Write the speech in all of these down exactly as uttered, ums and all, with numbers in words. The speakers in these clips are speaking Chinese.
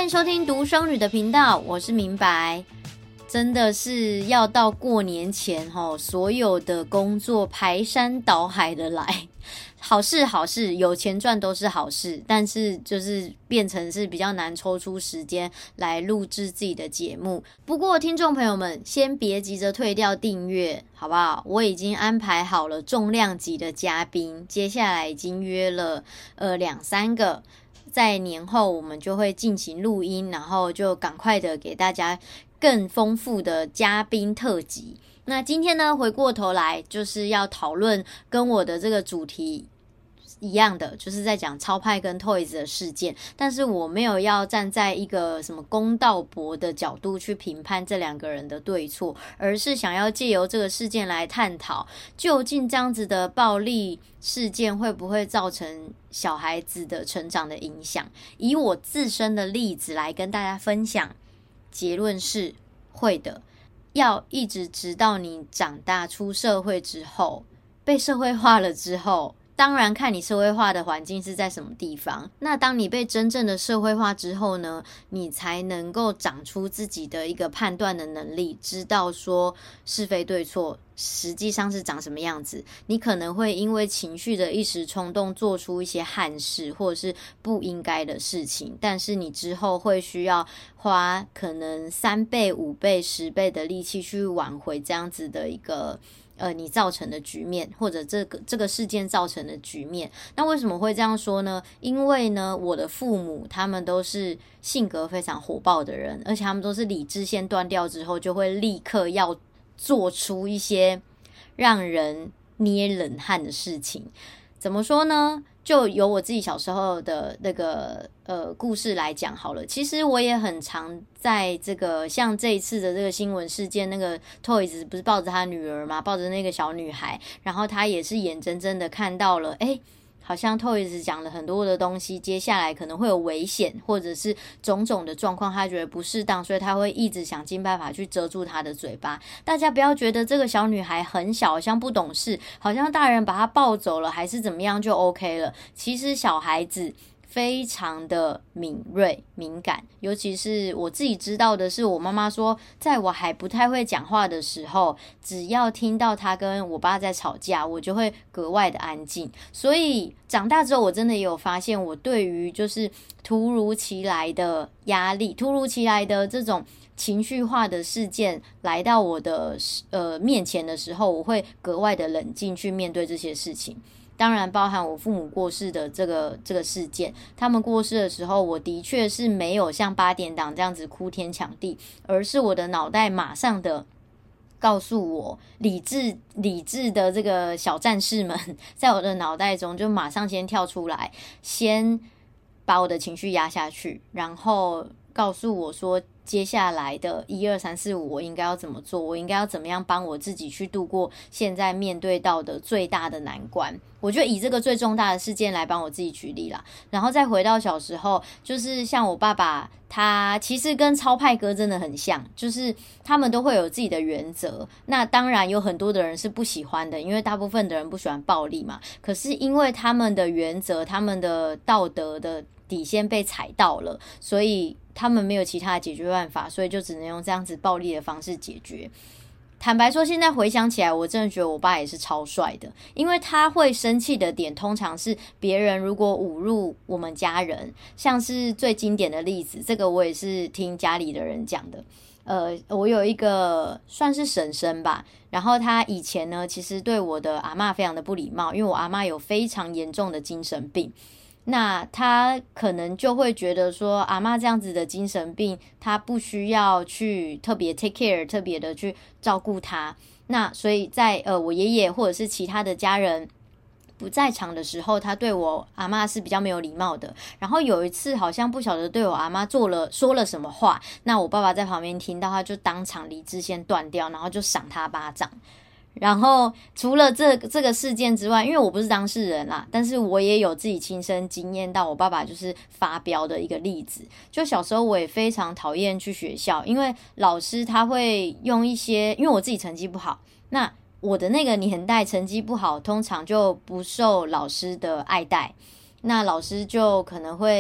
欢迎收听独生女的频道，我是明白。真的是要到过年前齁，所有的工作排山倒海的来，好事好事，有钱赚都是好事，但是就是变成是比较难抽出时间来录制自己的节目。不过听众朋友们先别急着退掉订阅好不好，我已经安排好了重量级的嘉宾，接下来已经约了呃两三个，在年后我们就会进行录音，然后就赶快的给大家更丰富的嘉宾特辑。那今天呢，回过头来就是要讨论跟我的这个主题一样的，就是在讲超派跟 Toys 的事件，但是我没有要站在一个什么公道伯的角度去评判这两个人的对错，而是想要借由这个事件来探讨，究竟这样子的暴力事件会不会造成小孩子的成长的影响。以我自身的例子来跟大家分享，结论是会的，要一直直到你长大出社会之后，被社会化了之后，当然看你社会化的环境是在什么地方，那当你被真正的社会化之后呢，你才能够长出自己的一个判断的能力，知道说是非对错实际上是长什么样子。你可能会因为情绪的一时冲动做出一些憾事或者是不应该的事情，但是你之后会需要花可能三倍五倍十倍的力气去挽回这样子的一个呃，你造成的局面，或者这个这个事件造成的局面。那为什么会这样说呢？因为呢，我的父母他们都是性格非常火爆的人，而且他们都是理智线断掉之后，就会立刻要做出一些让人捏冷汗的事情。怎么说呢？就由我自己小时候的那个呃故事来讲好了。其实我也很常在这个像这一次的这个新闻事件，那个 Toys 不是抱着他女儿嘛，抱着那个小女孩，然后他也是眼睁睁的看到了，诶好像 Toys 讲了很多的东西，接下来可能会有危险，或者是种种的状况，他觉得不适当，所以他会一直想尽办法去遮住他的嘴巴。大家不要觉得这个小女孩很小，好像不懂事，好像大人把她抱走了还是怎么样就 OK 了。其实小孩子非常的敏锐敏感，尤其是我自己知道的是，我妈妈说在我还不太会讲话的时候，只要听到她跟我爸在吵架，我就会格外的安静。所以长大之后我真的也有发现，我对于就是突如其来的压力，突如其来的这种情绪化的事件来到我的呃面前的时候，我会格外的冷静去面对这些事情。当然包含我父母过世的这个这个事件，他们过世的时候，我的确是没有像八点档这样子哭天抢地，而是我的脑袋马上的告诉我，理智理智的这个小战士们在我的脑袋中就马上先跳出来，先把我的情绪压下去，然后告诉我说接下来的一二三四五我应该要怎么做，我应该要怎么样帮我自己去度过现在面对到的最大的难关。我就以这个最重大的事件来帮我自己举例啦。然后再回到小时候，就是像我爸爸，他其实跟超派哥真的很像，就是他们都会有自己的原则。那当然有很多的人是不喜欢的，因为大部分的人不喜欢暴力嘛。可是因为他们的原则，他们的道德的底线被踩到了，所以他们没有其他的解决办法，所以就只能用这样子暴力的方式解决。坦白说，现在回想起来，我真的觉得我爸也是超帅的，因为他会生气的点通常是别人如果侮辱我们家人，像是最经典的例子，这个我也是听家里的人讲的。呃，我有一个算是婶婶吧，然后她以前呢，其实对我的阿嬷非常的不礼貌，因为我阿嬷有非常严重的精神病。那他可能就会觉得说，阿嬷这样子的精神病，他不需要去特别 take care， 特别的去照顾他。那所以在呃我爷爷或者是其他的家人不在场的时候，他对我阿嬷是比较没有礼貌的。然后有一次好像不晓得对我阿嬷做了说了什么话，那我爸爸在旁边听到，他就当场理智线断掉，然后就赏他巴掌。然后除了这这个事件之外，因为我不是当事人啦，但是我也有自己亲身经验到我爸爸就是发飙的一个例子。就小时候我也非常讨厌去学校，因为老师他会用一些，因为我自己成绩不好，那我的那个年代成绩不好通常就不受老师的爱戴，那老师就可能会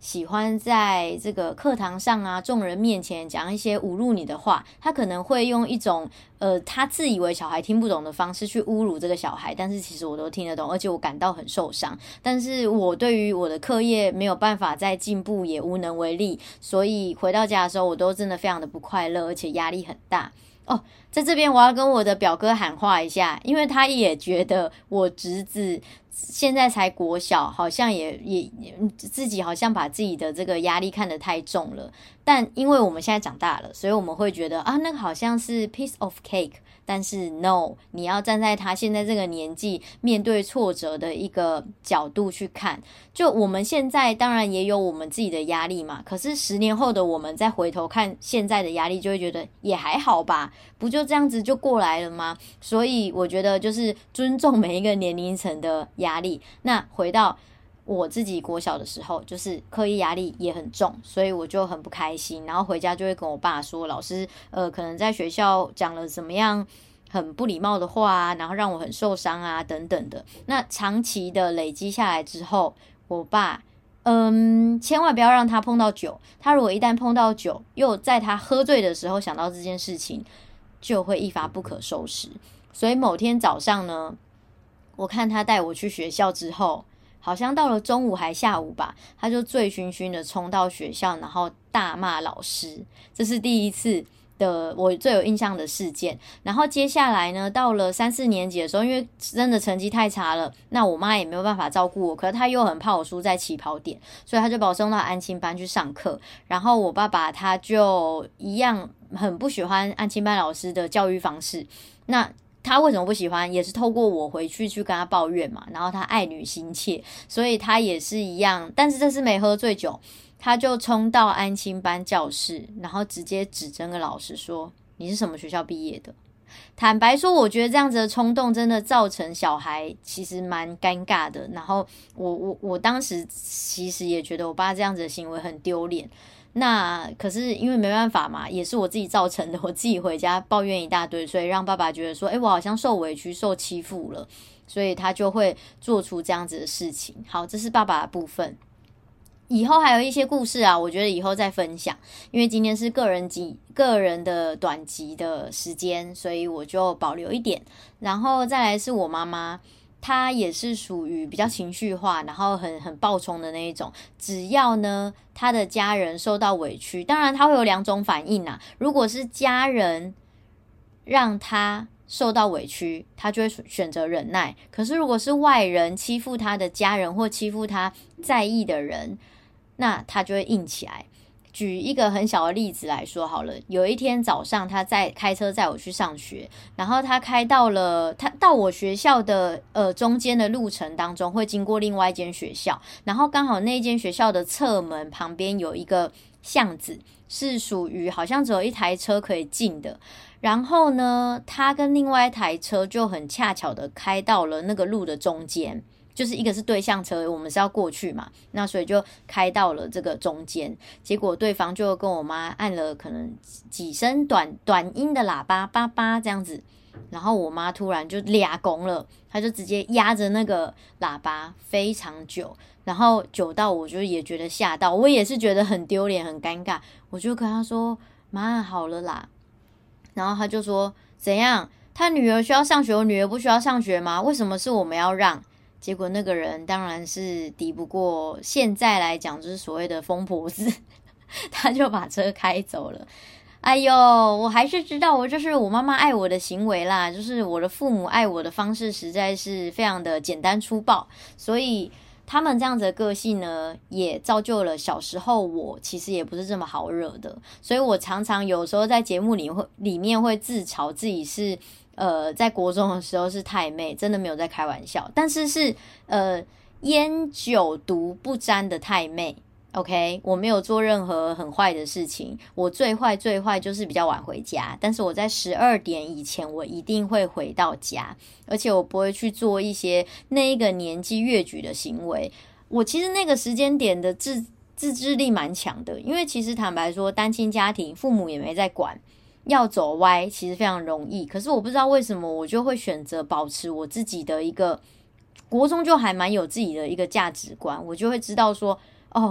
喜欢在这个课堂上啊，众人面前讲一些侮辱你的话，他可能会用一种呃他自以为小孩听不懂的方式去侮辱这个小孩，但是其实我都听得懂，而且我感到很受伤。但是我对于我的课业没有办法再进步，也无能为力，所以回到家的时候，我都真的非常的不快乐，而且压力很大。哦，在这边我要跟我的表哥喊话一下，因为他也觉得我侄子现在才国小，好像也也自己好像把自己的这个压力看得太重了。但因为我们现在长大了，所以我们会觉得啊，那个好像是 piece of cake。但是 no， 你要站在他现在这个年纪面对挫折的一个角度去看。就我们现在当然也有我们自己的压力嘛，可是十年后的我们再回头看现在的压力，就会觉得也还好吧，不就这样子就过来了吗？所以我觉得就是尊重每一个年龄层的压力。那回到我自己国小的时候，就是课业压力也很重，所以我就很不开心，然后回家就会跟我爸说，老师呃可能在学校讲了怎么样很不礼貌的话啊，然后让我很受伤啊等等的。那长期的累积下来之后，我爸嗯千万不要让他碰到酒，他如果一旦碰到酒，又在他喝醉的时候想到这件事情，就会一发不可收拾。所以某天早上呢，我看他带我去学校之后，好像到了中午还下午吧，他就醉醺醺的冲到学校，然后大骂老师。这是第一次的我最有印象的事件。然后接下来呢，到了三四年级的时候，因为真的成绩太差了，那我妈也没有办法照顾我，可是她又很怕我输在起跑点，所以她就把我送到安亲班去上课。然后我爸爸他就一样很不喜欢安亲班老师的教育方式。那他为什么不喜欢，也是透过我回去去跟他抱怨嘛，然后他爱女心切，所以他也是一样，但是这次没喝醉酒，他就冲到安亲班教室，然后直接指着那个老师说，你是什么学校毕业的？坦白说，我觉得这样子的冲动真的造成小孩其实蛮尴尬的，然后我我我当时其实也觉得我爸这样子的行为很丢脸。那可是因为没办法嘛，也是我自己造成的，我自己回家抱怨一大堆，所以让爸爸觉得说，诶，我好像受委屈受欺负了，所以他就会做出这样子的事情。好，这是爸爸的部分。以后还有一些故事啊，我觉得以后再分享，因为今天是个人集个人的短集的时间，所以我就保留一点。然后再来是我妈妈，她也是属于比较情绪化，然后很很暴冲的那一种。只要呢她的家人受到委屈，当然她会有两种反应啊。如果是家人让她受到委屈，她就会选择忍耐。可是如果是外人欺负她的家人或欺负她在意的人，那她就会硬起来。举一个很小的例子来说好了，有一天早上他在开车载我去上学，然后他开到了他到我学校的呃中间的路程当中会经过另外一间学校，然后刚好那间学校的侧门旁边有一个巷子，是属于好像只有一台车可以进的。然后呢，他跟另外一台车就很恰巧的开到了那个路的中间，就是一个是对向车，我们是要过去嘛，那所以就开到了这个中间，结果对方就跟我妈按了可能几声短短音的喇叭，叭叭这样子，然后我妈突然就俩拱了，她就直接压着那个喇叭非常久，然后久到我就也觉得吓到，我也是觉得很丢脸很尴尬，我就跟她说，妈好了啦，然后她就说怎样，她女儿需要上学，我女儿不需要上学吗？为什么是我们要让？结果那个人当然是敌不过现在来讲就是所谓的疯婆子，他就把车开走了。哎呦，我还是知道我这是我妈妈爱我的行为啦，就是我的父母爱我的方式实在是非常的简单粗暴，所以他们这样子的个性呢，也造就了小时候我其实也不是这么好惹的，所以我常常有时候在节目里会里面会自嘲自己是呃，在国中的时候是太妹，真的没有在开玩笑，但是是呃烟酒毒不沾的太妹。OK， 我没有做任何很坏的事情，我最坏最坏就是比较晚回家，但是我在十二点以前我一定会回到家，而且我不会去做一些那一个年纪越矩的行为。我其实那个时间点的自自制力蛮强的，因为其实坦白说单亲家庭父母也没在管，要走歪其实非常容易，可是我不知道为什么我就会选择保持我自己的一个国中就还蛮有自己的一个价值观，我就会知道说哦，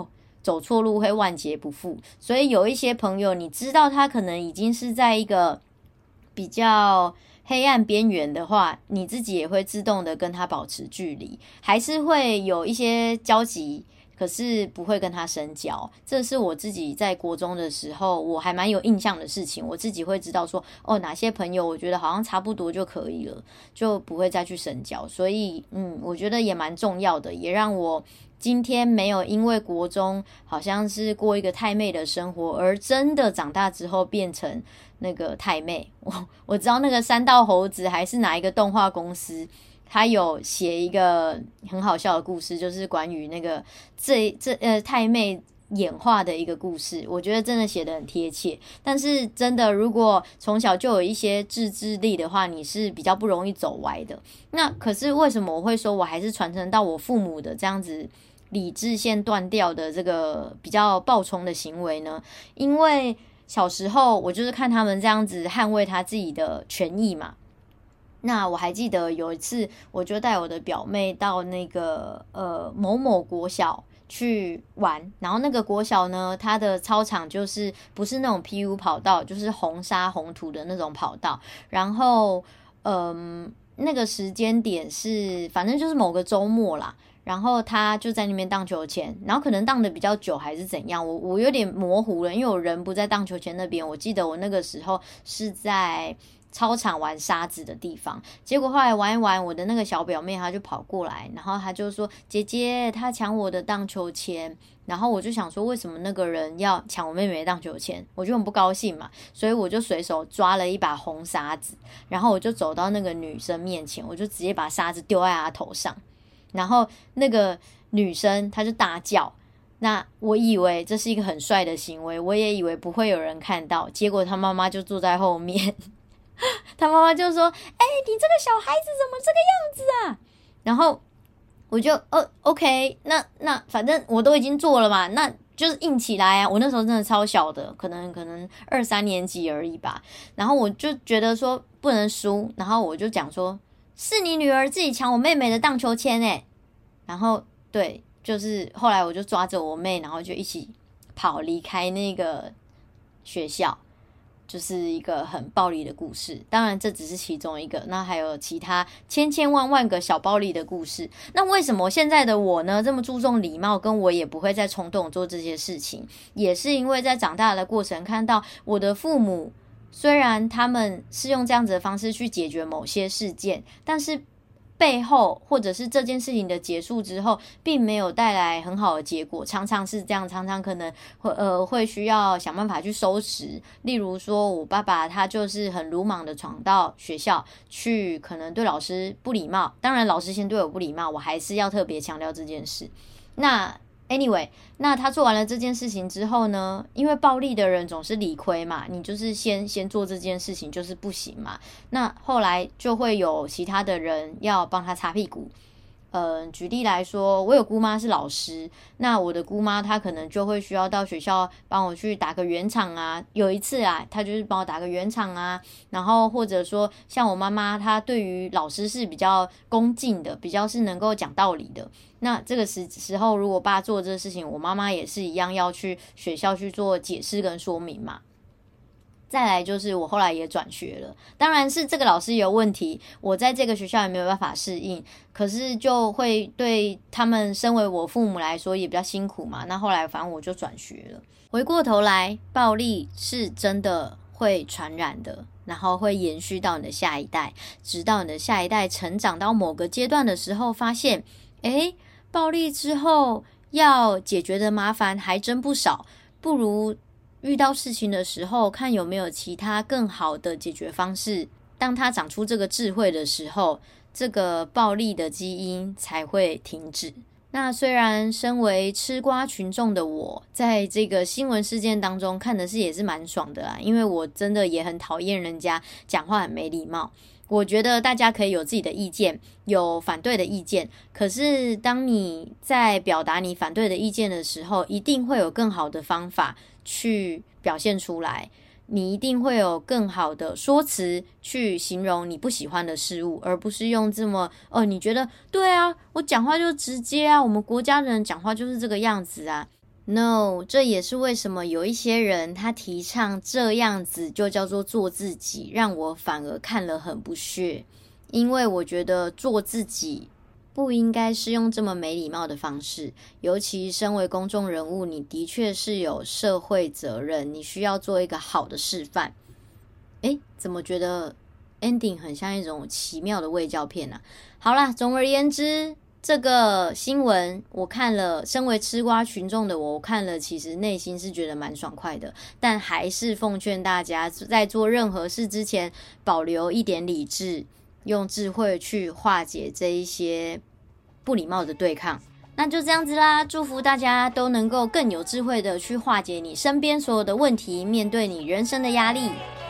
走错路会万劫不复。所以有一些朋友，你知道他可能已经是在一个比较黑暗边缘的话，你自己也会自动的跟他保持距离，还是会有一些交集，可是不会跟他深交。这是我自己在国中的时候我还蛮有印象的事情，我自己会知道说哦，哪些朋友我觉得好像差不多就可以了，就不会再去深交。所以嗯，我觉得也蛮重要的，也让我今天没有因为国中好像是过一个太妹的生活，而真的长大之后变成那个太妹。我我知道那个山道猴子还是哪一个动画公司，他有写一个很好笑的故事，就是关于那个这这呃太妹演化的一个故事，我觉得真的写得很贴切。但是真的，如果从小就有一些自制力的话，你是比较不容易走歪的。那可是为什么我会说我还是传承到我父母的这样子理智线断掉的这个比较暴冲的行为呢？因为小时候我就是看他们这样子捍卫他自己的权益嘛。那我还记得有一次，我就带我的表妹到那个呃某某国小去玩，然后那个国小呢，它的操场就是不是那种 P U 跑道，就是红沙红土的那种跑道。然后嗯、呃，那个时间点是反正就是某个周末啦。然后他就在那边荡秋千，然后可能荡的比较久还是怎样，我我有点模糊了，因为我人不在荡秋千那边。我记得我那个时候是在操场玩沙子的地方，结果后来玩一玩，我的那个小表妹她就跑过来，然后她就说姐姐她抢我的荡秋千。然后我就想说为什么那个人要抢我妹妹的荡秋千，我就很不高兴嘛，所以我就随手抓了一把红沙子，然后我就走到那个女生面前，我就直接把沙子丢在她头上，然后那个女生她就大叫。那我以为这是一个很帅的行为，我也以为不会有人看到，结果她妈妈就坐在后面他妈妈就说哎、欸，你这个小孩子怎么这个样子啊？然后我就呃 OK， 那那反正我都已经做了嘛，那就是硬起来啊。我那时候真的超小的，可能可能二三年级而已吧。然后我就觉得说不能输，然后我就讲说是你女儿自己抢我妹妹的荡秋千欸。然后对，就是后来我就抓着我妹，然后就一起跑离开那个学校。就是一个很暴力的故事，当然这只是其中一个，那还有其他千千万万个小暴力的故事。那为什么现在的我呢这么注重礼貌，跟我也不会再冲动做这些事情，也是因为在长大的过程看到我的父母虽然他们是用这样子的方式去解决某些事件，但是背后或者是这件事情的结束之后并没有带来很好的结果，常常是这样，常常可能会呃会需要想办法去收拾。例如说我爸爸他就是很鲁莽的闯到学校去，可能对老师不礼貌，当然老师先对我不礼貌，我还是要特别强调这件事。那Anyway， 那他做完了这件事情之后呢，因为暴力的人总是理亏嘛，你就是先先做这件事情就是不行嘛，那后来就会有其他的人要帮他擦屁股。呃，举例来说，我有姑妈是老师，那我的姑妈她可能就会需要到学校帮我去打个圆场啊。有一次啊，她就是帮我打个圆场啊，然后或者说像我妈妈，她对于老师是比较恭敬的，比较是能够讲道理的。那这个时时候，如果爸做这个事情，我妈妈也是一样要去学校去做解释跟说明嘛。再来就是我后来也转学了，当然是这个老师有问题，我在这个学校也没有办法适应，可是就会对他们身为我父母来说也比较辛苦嘛。那后来反正我就转学了。回过头来，暴力是真的会传染的，然后会延续到你的下一代，直到你的下一代成长到某个阶段的时候，发现诶暴力之后要解决的麻烦还真不少，不如遇到事情的时候看有没有其他更好的解决方式。当他长出这个智慧的时候，这个暴力的基因才会停止。那虽然身为吃瓜群众的我，在这个新闻事件当中看的是也是蛮爽的啦，因为我真的也很讨厌人家讲话很没礼貌。我觉得大家可以有自己的意见，有反对的意见，可是当你在表达你反对的意见的时候，一定会有更好的方法去表现出来，你一定会有更好的说辞去形容你不喜欢的事物，而不是用这么哦，你觉得对啊，我讲话就直接啊，我们国家人讲话就是这个样子啊。 No， 这也是为什么有一些人他提倡这样子就叫做做自己，让我反而看了很不屑。因为我觉得做自己不应该是用这么没礼貌的方式，尤其身为公众人物，你的确是有社会责任，你需要做一个好的示范。诶，怎么觉得 ending 很像一种奇妙的卫教片啊？好啦，总而言之，这个新闻我看了，身为吃瓜群众的我，我看了其实内心是觉得蛮爽快的，但还是奉劝大家在做任何事之前保留一点理智，用智慧去化解这一些不礼貌的对抗。那就这样子啦，祝福大家都能够更有智慧的去化解你身边所有的问题，面对你人生的压力。